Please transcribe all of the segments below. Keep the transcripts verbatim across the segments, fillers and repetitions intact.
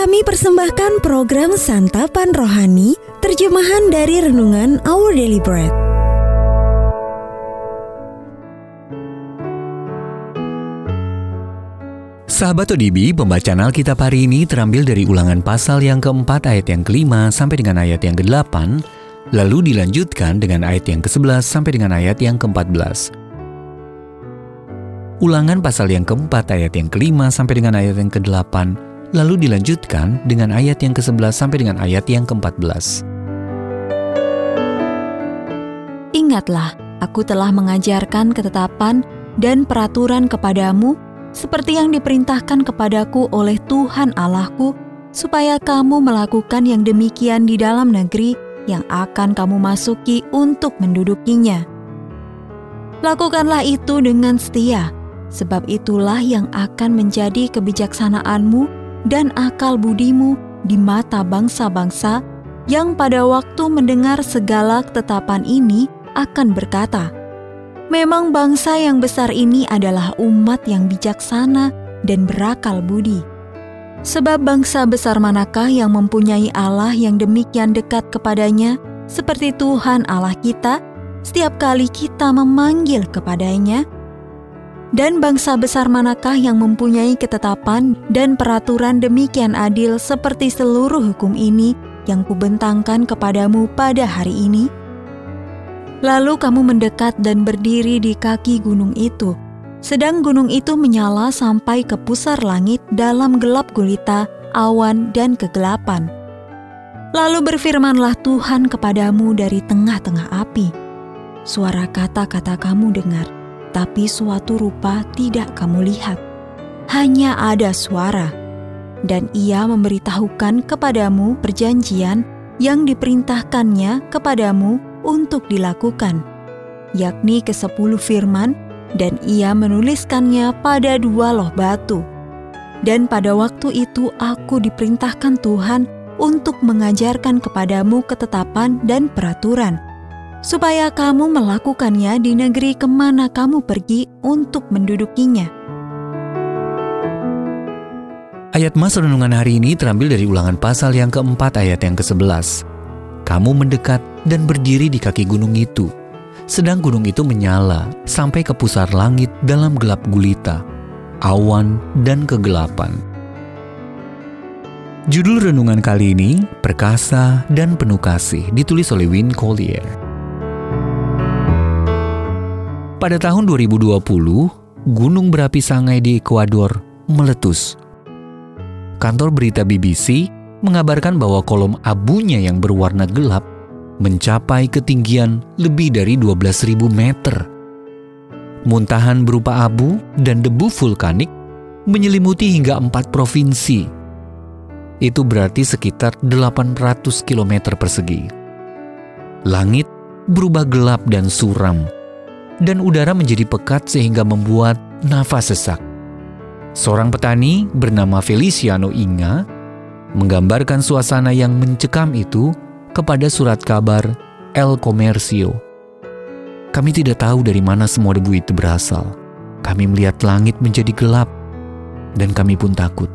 Kami persembahkan program Santapan Rohani, terjemahan dari Renungan Our Daily Bread. Sahabat O D B, pembacaan Alkitab hari ini terambil dari Ulangan pasal yang keempat ayat yang kelima sampai dengan ayat yang kedelapan, lalu dilanjutkan dengan ayat yang kesebelas sampai dengan ayat yang keempat belas. Ulangan pasal yang keempat ayat yang kelima sampai dengan ayat yang kedelapan, lalu dilanjutkan dengan ayat yang kesebelas sampai dengan ayat yang keempat belas. Ingatlah, aku telah mengajarkan ketetapan dan peraturan kepadamu, seperti yang diperintahkan kepadaku oleh Tuhan Allahku, supaya kamu melakukan yang demikian di dalam negeri yang akan kamu masuki untuk mendudukinya. Lakukanlah itu dengan setia, sebab itulah yang akan menjadi kebijaksanaanmu dan akal budimu di mata bangsa-bangsa yang pada waktu mendengar segala ketetapan ini akan berkata, memang bangsa yang besar ini adalah umat yang bijaksana dan berakal budi. Sebab bangsa besar manakah yang mempunyai Allah yang demikian dekat kepadanya, seperti Tuhan Allah kita, setiap kali kita memanggil kepadanya? Dan bangsa besar manakah yang mempunyai ketetapan dan peraturan demikian adil seperti seluruh hukum ini yang kubentangkan kepadamu pada hari ini? Lalu kamu mendekat dan berdiri di kaki gunung itu, sedang gunung itu menyala sampai ke pusar langit dalam gelap gulita, awan, dan kegelapan. Lalu berfirmanlah Tuhan kepadamu dari tengah-tengah api. Suara kata-kata kamu dengar, tapi suatu rupa tidak kamu lihat. Hanya ada suara, dan ia memberitahukan kepadamu perjanjian yang diperintahkannya kepadamu untuk dilakukan, yakni kesepuluh firman, dan ia menuliskannya pada dua loh batu. Dan pada waktu itu aku diperintahkan Tuhan untuk mengajarkan kepadamu ketetapan dan peraturan, supaya kamu melakukannya di negeri kemana kamu pergi untuk mendudukinya. Ayat mas renungan hari ini terambil dari Ulangan pasal yang keempat ayat yang kesebelas. Kamu mendekat dan berdiri di kaki gunung itu, sedang gunung itu menyala sampai ke pusar langit dalam gelap gulita, awan, dan kegelapan. Judul renungan kali ini, Perkasa dan Penuh Kasih, ditulis oleh Win Collier. Pada tahun dua ribu dua puluh, gunung berapi Sangai di Ekuador meletus. Kantor berita B B C mengabarkan bahwa kolom abunya yang berwarna gelap mencapai ketinggian lebih dari dua belas ribu meter. Muntahan berupa abu dan debu vulkanik menyelimuti hingga empat provinsi. Itu berarti sekitar delapan ratus kilometer persegi. Langit berubah gelap dan suram, dan udara menjadi pekat sehingga membuat nafas sesak. Seorang petani bernama Feliciano Inga menggambarkan suasana yang mencekam itu kepada surat kabar El Comercio. Kami tidak tahu dari mana semua debu itu berasal. Kami melihat langit menjadi gelap, dan kami pun takut.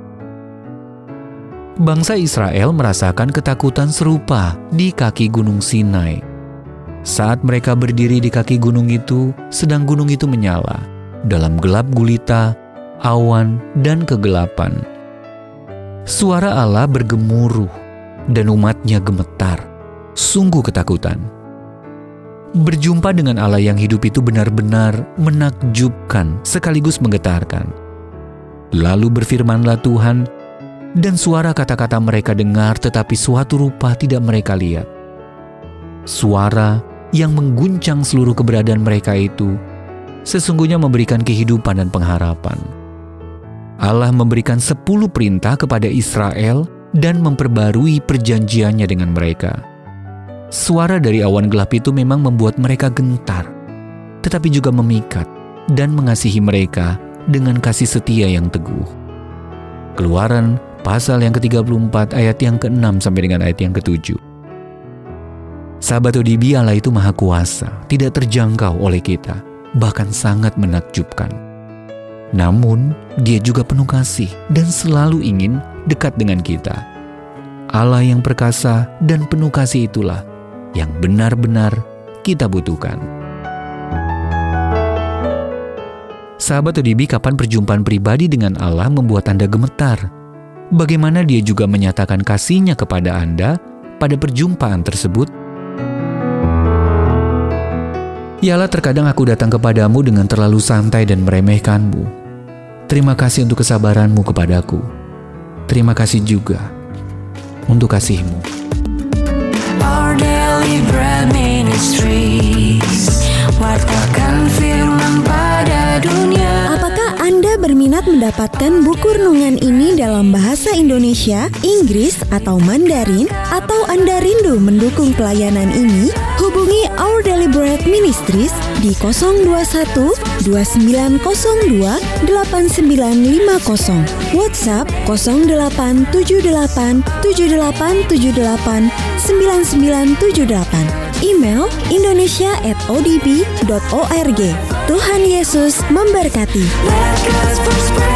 Bangsa Israel merasakan ketakutan serupa di kaki Gunung Sinai. Saat mereka berdiri di kaki gunung itu, sedang gunung itu menyala dalam gelap gulita, awan, dan kegelapan. Suara Allah bergemuruh, dan umatnya gemetar, sungguh ketakutan. Berjumpa dengan Allah yang hidup itu benar-benar menakjubkan sekaligus menggetarkan. Lalu berfirmanlah Tuhan, dan suara kata-kata mereka dengar, tetapi suatu rupa tidak mereka lihat. Suara yang mengguncang seluruh keberadaan mereka itu sesungguhnya memberikan kehidupan dan pengharapan. Allah memberikan sepuluh perintah kepada Israel dan memperbarui perjanjiannya dengan mereka. Suara dari awan gelap itu memang membuat mereka gentar, tetapi juga memikat dan mengasihi mereka dengan kasih setia yang teguh. Keluaran pasal yang ke tiga puluh empat ayat yang keenam sampai dengan ayat yang ketujuh. Sahabat O D B, Allah itu maha kuasa, tidak terjangkau oleh kita, bahkan sangat menakjubkan. Namun, Dia juga penuh kasih dan selalu ingin dekat dengan kita. Allah yang perkasa dan penuh kasih itulah yang benar-benar kita butuhkan. Sahabat O D B, kapan perjumpaan pribadi dengan Allah membuat Anda gemetar? Bagaimana Dia juga menyatakan kasih-Nya kepada Anda pada perjumpaan tersebut? Ya Allah, terkadang aku datang kepadamu dengan terlalu santai dan meremehkanmu. Terima kasih untuk kesabaranmu kepadaku. Terima kasih juga untuk kasih-Mu. Our Daily Bread Ministries, wartakan firman pada dunia. Apakah Anda berminat mendapatkan buku renungan ini dalam bahasa Indonesia, Inggris, atau Mandarin? Atau Anda rindu mendukung pelayanan ini? Hubungi Our Daily Bread Ministries di nol dua satu dua sembilan nol dua delapan sembilan lima nol, WhatsApp nol delapan tujuh delapan tujuh delapan tujuh delapan sembilan sembilan tujuh delapan, email indonesia at o d b dot org. Tuhan Yesus memberkati. Let God's word spread.